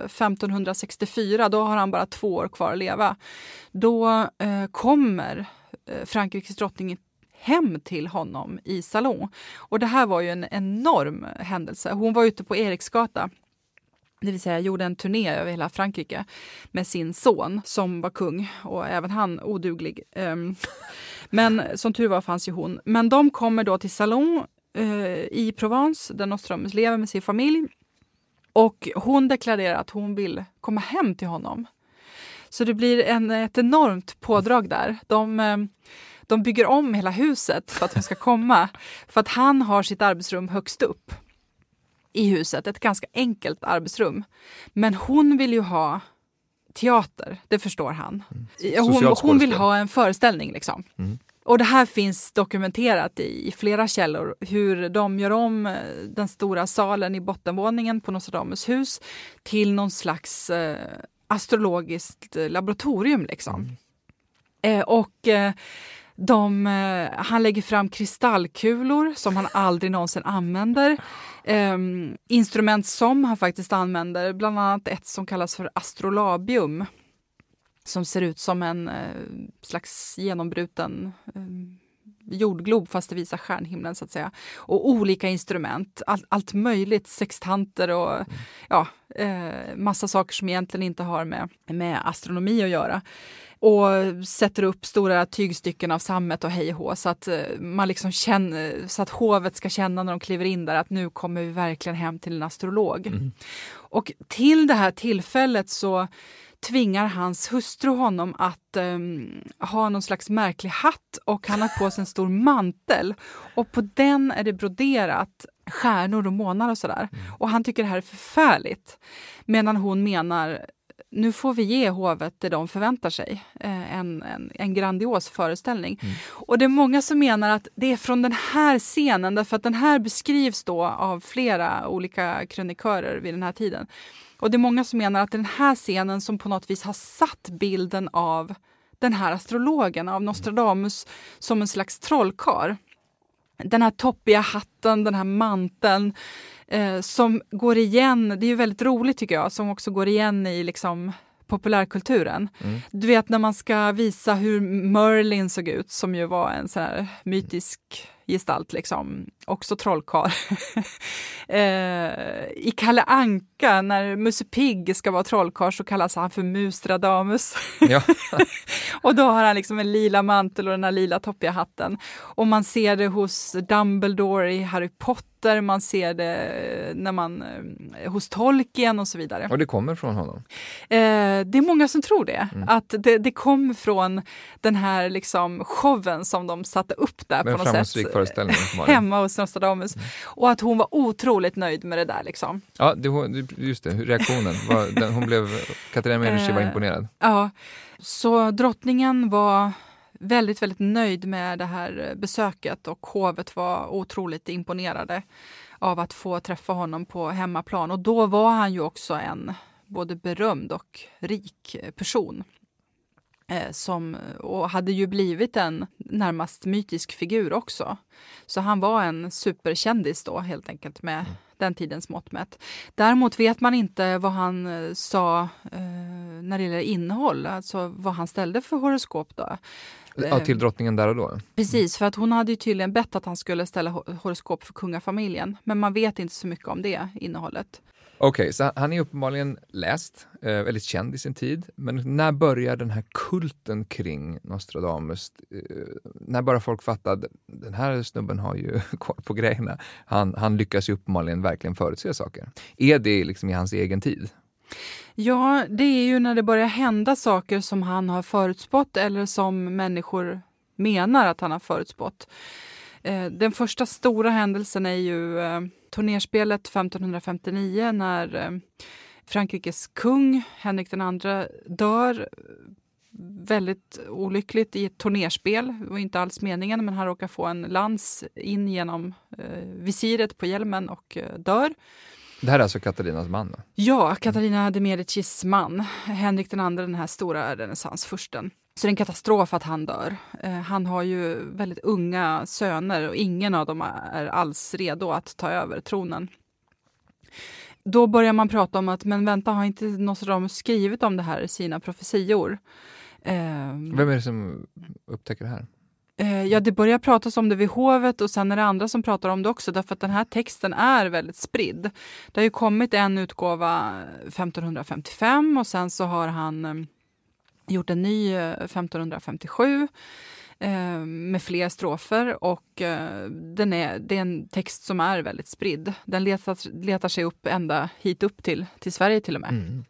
1564, då har han bara 2 år kvar att leva. Då kommer Frankrikes drottning hem till honom i salon. Och det här var ju en enorm händelse. Hon var ute på Eriksgata, det vill säga gjorde en turné över hela Frankrike med sin son som var kung och även han oduglig. Men som tur var fanns ju hon. Men de kommer då till salon i Provence där Nostradamus lever med sin familj. Och hon deklarerar att hon vill komma hem till honom. Så det blir ett enormt pådrag där. De bygger om hela huset för att hon ska komma. För att han har sitt arbetsrum högst upp i huset. Ett ganska enkelt arbetsrum. Men hon vill ju ha teater, det förstår han. Hon vill ha en föreställning liksom. Och det här finns dokumenterat i flera källor hur de gör om den stora salen i bottenvåningen på Nostradamus hus till någon slags astrologiskt laboratorium liksom. Han lägger fram kristallkulor som han aldrig någonsin använder. Instrument som han faktiskt använder, bland annat ett som kallas för astrolabium. Som ser ut som en slags genombruten jordglob fast det visar stjärnhimlen så att säga. Och olika instrument, allt möjligt, sextanter och massa saker som egentligen inte har med astronomi att göra. Och sätter upp stora tygstycken av sammet och hej och hå, så att man liksom känner, så att hovet ska känna när de kliver in där att nu kommer vi verkligen hem till en astrolog. Och till det här tillfället så tvingar hans hustru honom att ha någon slags märklig hatt och han har på sig en stor mantel. Och på den är det broderat stjärnor och månar och sådär. Och han tycker det här är förfärligt. Medan hon menar, nu får vi ge hovet det de förväntar sig. En grandios föreställning. Och det är många som menar att det är från den här scenen, därför att den här beskrivs då av flera olika krönikörer vid den här tiden. Och det är många som menar att den här scenen som på något vis har satt bilden av den här astrologen, av Nostradamus, som en slags trollkarl. Den här toppiga hatten, den här manteln som går igen, det är ju väldigt roligt tycker jag, som också går igen i liksom populärkulturen. Du vet när man ska visa hur Merlin såg ut, som ju var en sån här mytisk gestalt, liksom. Också trollkarl. I Kalle Anka, när Musse Pigg ska vara trollkarl, så kallas han för Mustradamus. Ja. Och då har han liksom en lila mantel och den här lila toppiga hatten. Och man ser det hos Dumbledore i Harry Potter, man ser det när man hos Tolkien och så vidare. Och det kommer från honom? Det är många som tror det. Att det kom från den här liksom showen som de satte upp där på något sätt. Hemma hos Nostradamus. Och att hon var otroligt nöjd med det där liksom. Ja, just det. Reaktionen. Katarina Medici var imponerad. Ja, så drottningen var väldigt, väldigt nöjd med det här besöket och hovet var otroligt imponerade av att få träffa honom på hemmaplan. Och då var han ju också en både berömd och rik person. Och hade ju blivit en närmast mytisk figur också. Så han var en superkändis då helt enkelt med den tidens mått mätt. Däremot vet man inte vad han sa när det gäller innehåll, alltså vad han ställde för horoskop då. Ja, till drottningen där och då? Precis, för att hon hade ju tydligen bett att han skulle ställa horoskop för kungafamiljen. Men man vet inte så mycket om det innehållet. Okej, så han är uppenbarligen läst, väldigt känd i sin tid. Men när börjar den här kulten kring Nostradamus? När börjar folk fatta att den här snubben har ju koll på grejerna? Han lyckas ju uppenbarligen verkligen förutse saker. Är det liksom i hans egen tid? Ja, det är ju när det börjar hända saker som han har förutspått eller som människor menar att han har förutspått. Den första stora händelsen är ju turnerspelet 1559 när Frankrikes kung Henrik II dör väldigt olyckligt i ett turnerspel. Det var inte alls meningen, men han råkar få en lans in genom visiret på hjälmen och dör. Det här är alltså Katarinas man då? Ja, Katarina de Medicis man. Henrik II, den här stora renässansfursten. Så det är en katastrof att han dör. Han har ju väldigt unga söner och ingen av dem är alls redo att ta över tronen. Då börjar man prata om att, men vänta, har inte Nostradamus skrivit om det här i sina profetior? Vem är det som upptäcker det här? Ja, det börjar pratas om det vid hovet och sen är det andra som pratar om det också, därför att den här texten är väldigt spridd. Det har ju kommit en utgåva 1555 och sen så har han gjort en ny 1557 med fler strofer och det är en text som är väldigt spridd. Den letar sig upp ända hit upp till Sverige till och med.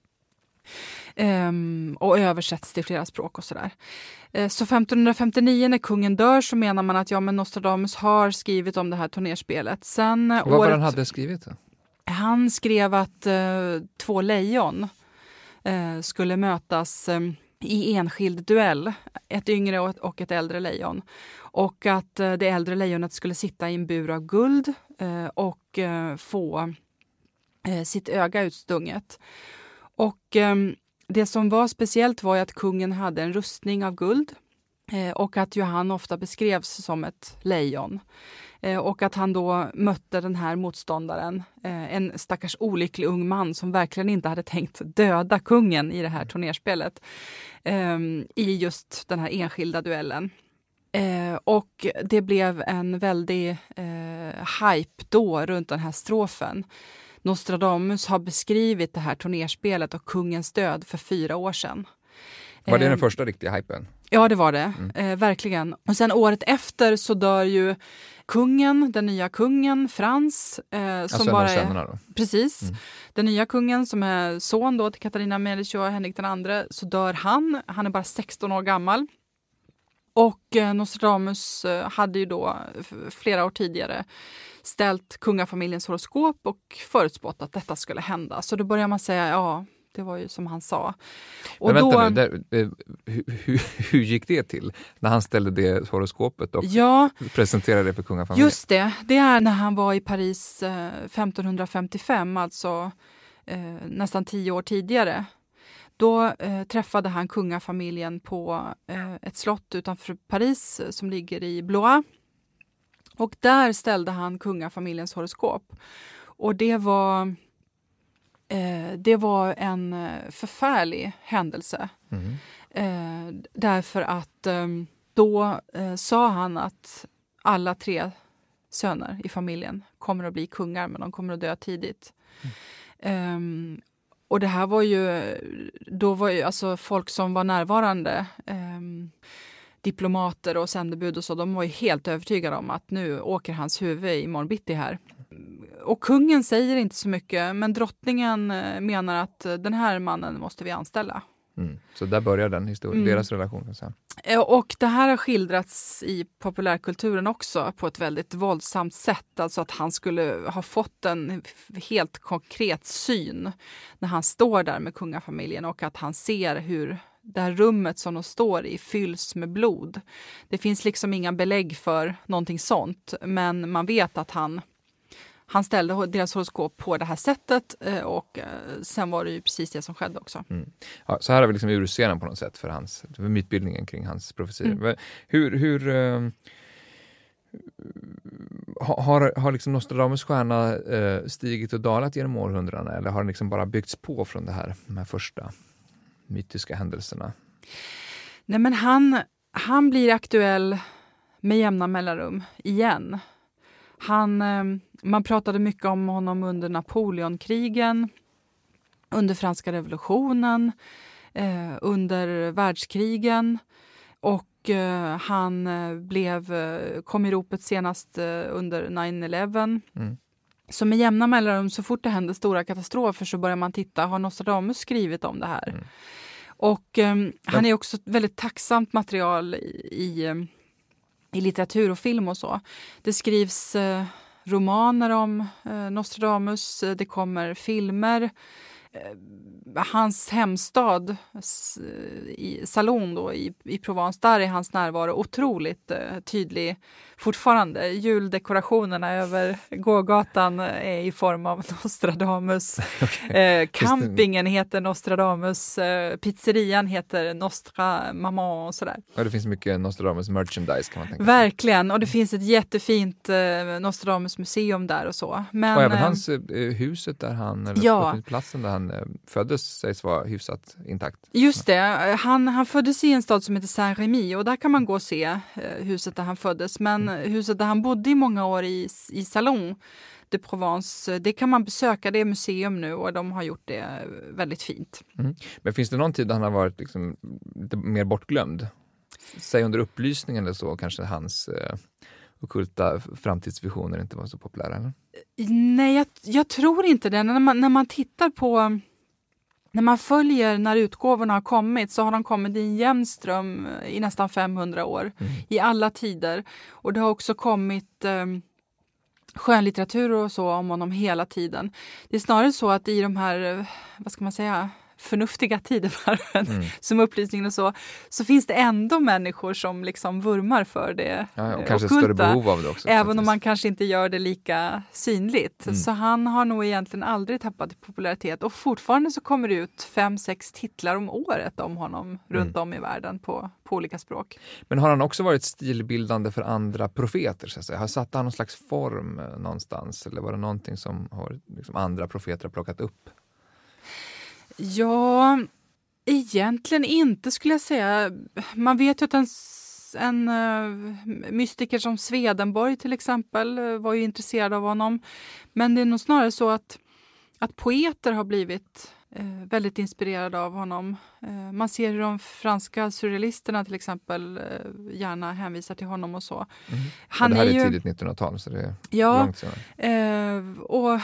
Och översätts till flera språk och sådär. Så 1559 när kungen dör så menar man att men Nostradamus har skrivit om det här turnerspelet. Sen vad var han hade skrivit då? Han skrev att 2 lejon skulle mötas i enskild duell. Ett yngre och ett äldre lejon. Och att det äldre lejonet skulle sitta i en bur av guld och få sitt öga utstunget. Och det som var speciellt var att kungen hade en rustning av guld och att han ofta beskrevs som ett lejon. Och att han då mötte den här motståndaren, en stackars olycklig ung man som verkligen inte hade tänkt döda kungen i det här turnerspelet i just den här enskilda duellen. Och det blev en väldig hype då runt den här strofen. Nostradamus har beskrivit det här turnerspelet och kungens död för 4 år sedan. Var det den första riktiga hypen? Ja, det var det. Verkligen. Och sen året efter så dör ju kungen, den nya kungen, Frans. Alltså som bara sönerna då? Precis. Den nya kungen som är son då till Katarina Medici och Henrik II, så dör han. Han är bara 16 år gammal. Och Nostradamus hade ju då flera år tidigare ställt kungafamiljens horoskop och förutspått att detta skulle hända. Så då börjar man säga, ja, det var ju som han sa. Och men vänta nu, hur gick det till? När han ställde det horoskopet och presenterade det för kungafamiljen? Just det, det är när han var i Paris 1555, alltså nästan 10 år tidigare. Då träffade han kungafamiljen på ett slott utanför Paris som ligger i Blois. Och där ställde han kungafamiljens horoskop. Och det var Det var en förfärlig händelse. Därför att då sa han att alla 3 söner i familjen kommer att bli kungar, men de kommer att dö tidigt. Och det här var ju, då var ju alltså folk som var närvarande, diplomater och sändebud och så, de var ju helt övertygade om att nu åker hans huvud i morgon bitti här. Och kungen säger inte så mycket, men drottningen menar att den här mannen måste vi anställa. Så där börjar den historien, deras relation. Så. Och det här har skildrats i populärkulturen också på ett väldigt våldsamt sätt. Alltså att han skulle ha fått en helt konkret syn när han står där med kungafamiljen och att han ser hur det här rummet som de står i fylls med blod. Det finns liksom inga belägg för någonting sånt, men man vet att han ställde deras horoskop på det här sättet och sen var det ju precis det som skedde också. Ja, så här har vi liksom urscenen på något sätt för mytbildningen kring hans profetier. Har liksom Nostradamus stjärna stigit och dalat genom århundradena, eller har den liksom bara byggts på från de här första mytiska händelserna? Nej, men han blir aktuell med jämna mellanrum igen. Man pratade mycket om honom under Napoleonkrigen, under franska revolutionen, under världskrigen, och han kom i ropet senast under 9/11. Så med jämna mellanrum, så fort det händer stora katastrofer, så börjar man titta, har Nostradamus skrivit om det här? Och han är också väldigt tacksamt material i litteratur och film och så. Det skrivs romaner om Nostradamus, det kommer filmer. Hans hemstad i Salon då, i Provence, där är hans närvaro otroligt tydlig fortfarande. Juldekorationerna över gågatan är i form av Nostradamus. Campingen heter Nostradamus, pizzerian heter Nostra Maman och sådär. Ja, det finns mycket Nostradamus merchandise, kan man tänka sig. Verkligen, och det finns ett jättefint Nostradamus museum där och så. Men, och även hans huset där eller platsen där han föddes sägs vara hyfsat intakt. Just det, han föddes i en stad som heter Saint-Rémy, och där kan man gå och se huset där han föddes. Men huset där han bodde i många år i Salon de Provence, det kan man besöka, det är museum nu, och de har gjort det väldigt fint. Men finns det någon tid där han har varit liksom lite mer bortglömd? Säg under upplysningen eller så, kanske hans ockulta framtidsvisioner inte var så populära, eller? Nej, jag tror inte det. När man tittar på, när man följer när utgåvorna har kommit, så har de kommit i en jämn ström i nästan 500 år, i alla tider. Och det har också kommit skönlitteratur och så om honom hela tiden. Det är snarare så att i de här, vad ska man säga, förnuftiga tidevarven som upplysningen och så finns det ändå människor som liksom vurmar för det. Ja, och kanske större behov av det också. Även om man kanske inte gör det lika synligt. Så han har nog egentligen aldrig tappat i popularitet. Och fortfarande så kommer det ut 5-6 titlar om året om honom runt om i världen på olika språk. Men har han också varit stilbildande för andra profeter, så att säga? Har satt han någon slags form någonstans? Eller var det någonting som har liksom andra profeter har plockat upp? Ja, egentligen inte skulle jag säga. Man vet ju att en mystiker som Swedenborg till exempel var ju intresserad av honom. Men det är nog snarare så att poeter har blivit väldigt inspirerade av honom. Man ser hur de franska surrealisterna till exempel gärna hänvisar till honom och så. Han det här är tidigt 1900-tal, så det är långt senare. Och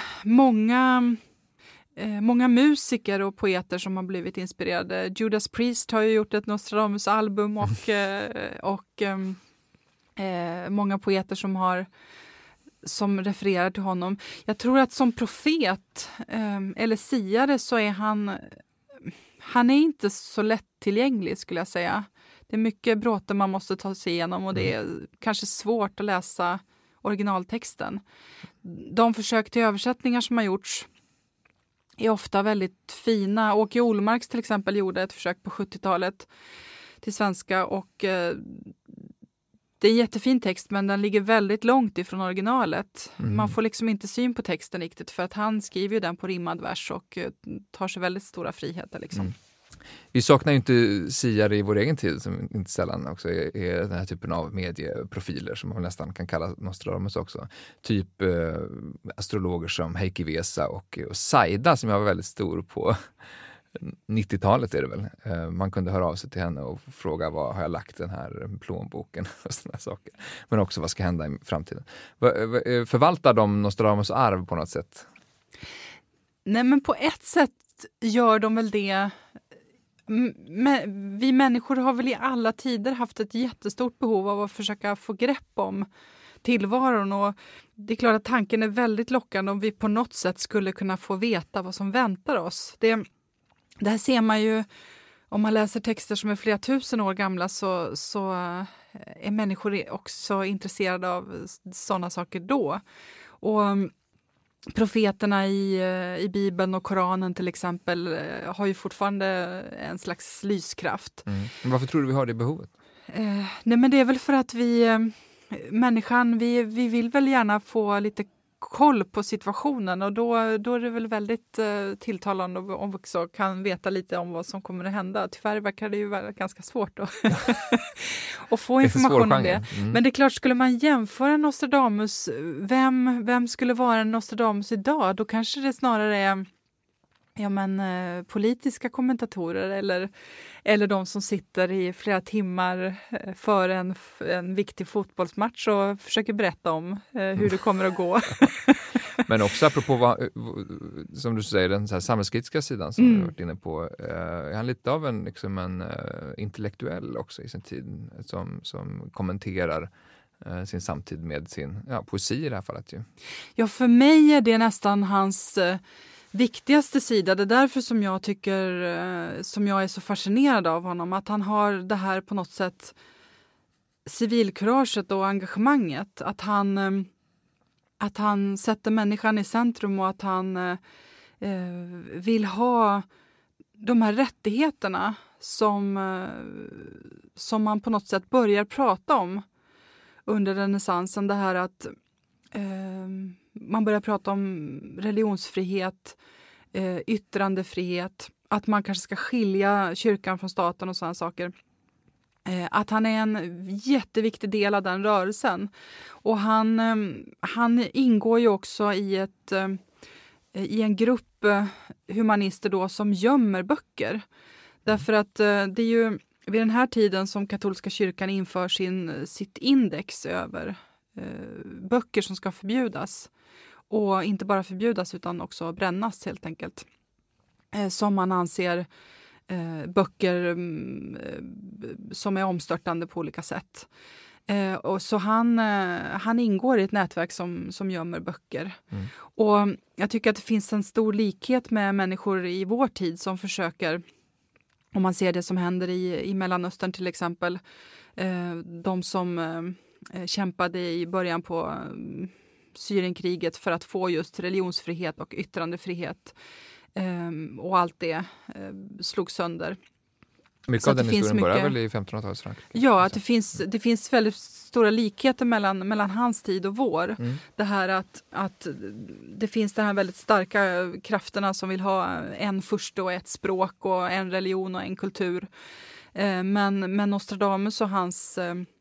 många musiker och poeter som har blivit inspirerade. Judas Priest har ju gjort ett Nostradamus-album och många poeter som refererar till honom. Jag tror att som profet eller siare så är han är inte så lättillgänglig, skulle jag säga. Det är mycket bråte man måste ta sig igenom, och det är kanske svårt att läsa originaltexten. De försök till översättningar som har gjorts är ofta väldigt fina. Åke Olmarks till exempel gjorde ett försök på 70-talet till svenska, och det är en jättefin text, men den ligger väldigt långt ifrån originalet. Man får liksom inte syn på texten riktigt, för att han skriver ju den på rimmad vers och tar sig väldigt stora friheter liksom. Vi saknar ju inte siare i vår egen tid, som inte sällan också är den här typen av medieprofiler som man nästan kan kalla Nostradamus också. Typ astrologer som Heikki Vesa och Saida, som jag var väldigt stor på 90-talet är det väl. Man kunde höra av sig till henne och fråga var har jag lagt den här plånboken och sådana saker. Men också vad ska hända i framtiden. Förvaltar de Nostradamus arv på något sätt? Nej, men på ett sätt gör de väl det. Vi människor har väl i alla tider haft ett jättestort behov av att försöka få grepp om tillvaron, och det är klart att tanken är väldigt lockande om vi på något sätt skulle kunna få veta vad som väntar oss. Det här ser man ju om man läser texter som är flera tusen år gamla, så är människor också intresserade av sådana saker då. Och profeterna i Bibeln och Koranen till exempel har ju fortfarande en slags lyskraft. Men varför tror du vi har det behovet? Nej, men det är väl för att människan, vi vill väl gärna få lite koll på situationen, och då är det väl väldigt tilltalande om vi också kan veta lite om vad som kommer att hända. Tyvärr verkar det ju vara ganska svårt att få information om det. Men det är klart, skulle man jämföra Nostradamus, vem skulle vara en Nostradamus idag? Då kanske det snarare är politiska kommentatorer eller de som sitter i flera timmar för en viktig fotbollsmatch och försöker berätta om hur det kommer att gå. Men också apropå som du säger, den så här samhällskritiska sidan som vi har varit inne på. Är han lite av en intellektuell också i sin tid som kommenterar sin samtid med sin poesi i det här fallet ju. Ja, för mig är det nästan hans viktigaste sida. Det är därför som jag är så fascinerad av honom. Att han har det här på något sätt civilkuraget och engagemanget. Att han sätter människan i centrum, och att han vill ha de här rättigheterna som man på något sätt börjar prata om under renässansen. Det här att man börjar prata om religionsfrihet, yttrandefrihet, att man kanske ska skilja kyrkan från staten och sådana saker. Att han är en jätteviktig del av den rörelsen. Och han ingår ju också i en grupp humanister då som gömmer böcker. Därför att det är ju vid den här tiden som katolska kyrkan inför sitt index över böcker som ska förbjudas. Och inte bara förbjudas utan också brännas helt enkelt. Som man anser böcker som är omstörtande på olika sätt. Och så han ingår i ett nätverk som gömmer böcker. Och jag tycker att det finns en stor likhet med människor i vår tid som försöker, om man ser det som händer i Mellanöstern till exempel, de som kämpade i början på Syrienkriget för att få just religionsfrihet och yttrandefrihet, och allt det slog sönder. Mycket av den historien börjar väl i 1500-talets Frankrike? Ja, att det finns väldigt stora likheter mellan hans tid och vår. Det här att det finns de här väldigt starka krafterna som vill ha en furste och ett språk och en religion och en kultur. Men Nostradamus och hans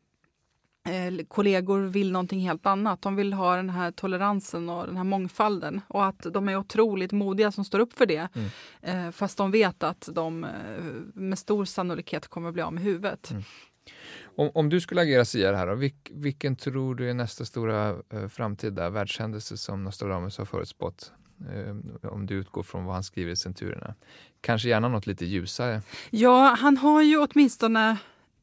kollegor vill någonting helt annat. De vill ha den här toleransen och den här mångfalden. Och att de är otroligt modiga som står upp för det. Fast de vet att de med stor sannolikhet kommer att bli av med huvudet. Om du skulle agera siare här då, vilken tror du är nästa stora framtida världshändelse som Nostradamus har förutspått? Om du utgår från vad han skriver i Centurierna. Kanske gärna något lite ljusare. Ja, han har ju åtminstone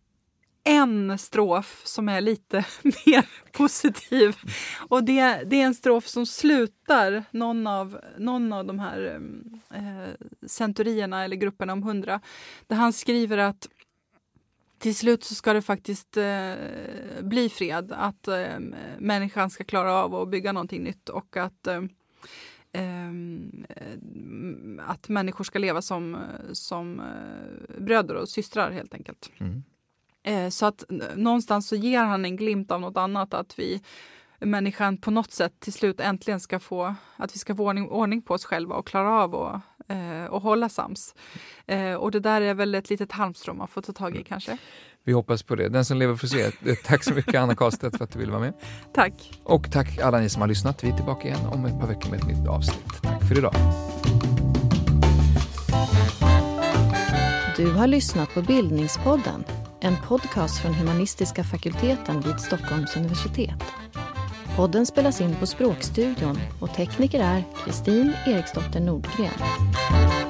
en strof som är lite mer positiv. Och det är en strof som slutar någon av de här centurierna eller grupperna om 100. Där han skriver att till slut så ska det faktiskt bli fred. Att människan ska klara av att bygga någonting nytt. Och att människor ska leva som bröder och systrar helt enkelt. Så att någonstans så ger han en glimt av något annat, att människan på något sätt till slut äntligen ska få ordning på oss själva och klara av och hålla sams. Och det där är väl ett litet halmstrå man får ta tag i kanske. Vi hoppas på det. Den som lever får se. Tack så mycket Anna Karlstedt för att du ville vara med. Tack. Och tack alla ni som har lyssnat. Vi är tillbaka igen om ett par veckor med ett nytt avsnitt. Tack för idag. Du har lyssnat på Bildningspodden, en podcast från Humanistiska fakulteten vid Stockholms universitet. Podden spelas in på Språkstudion och tekniker är Kristin Eriksdotter Nordgren.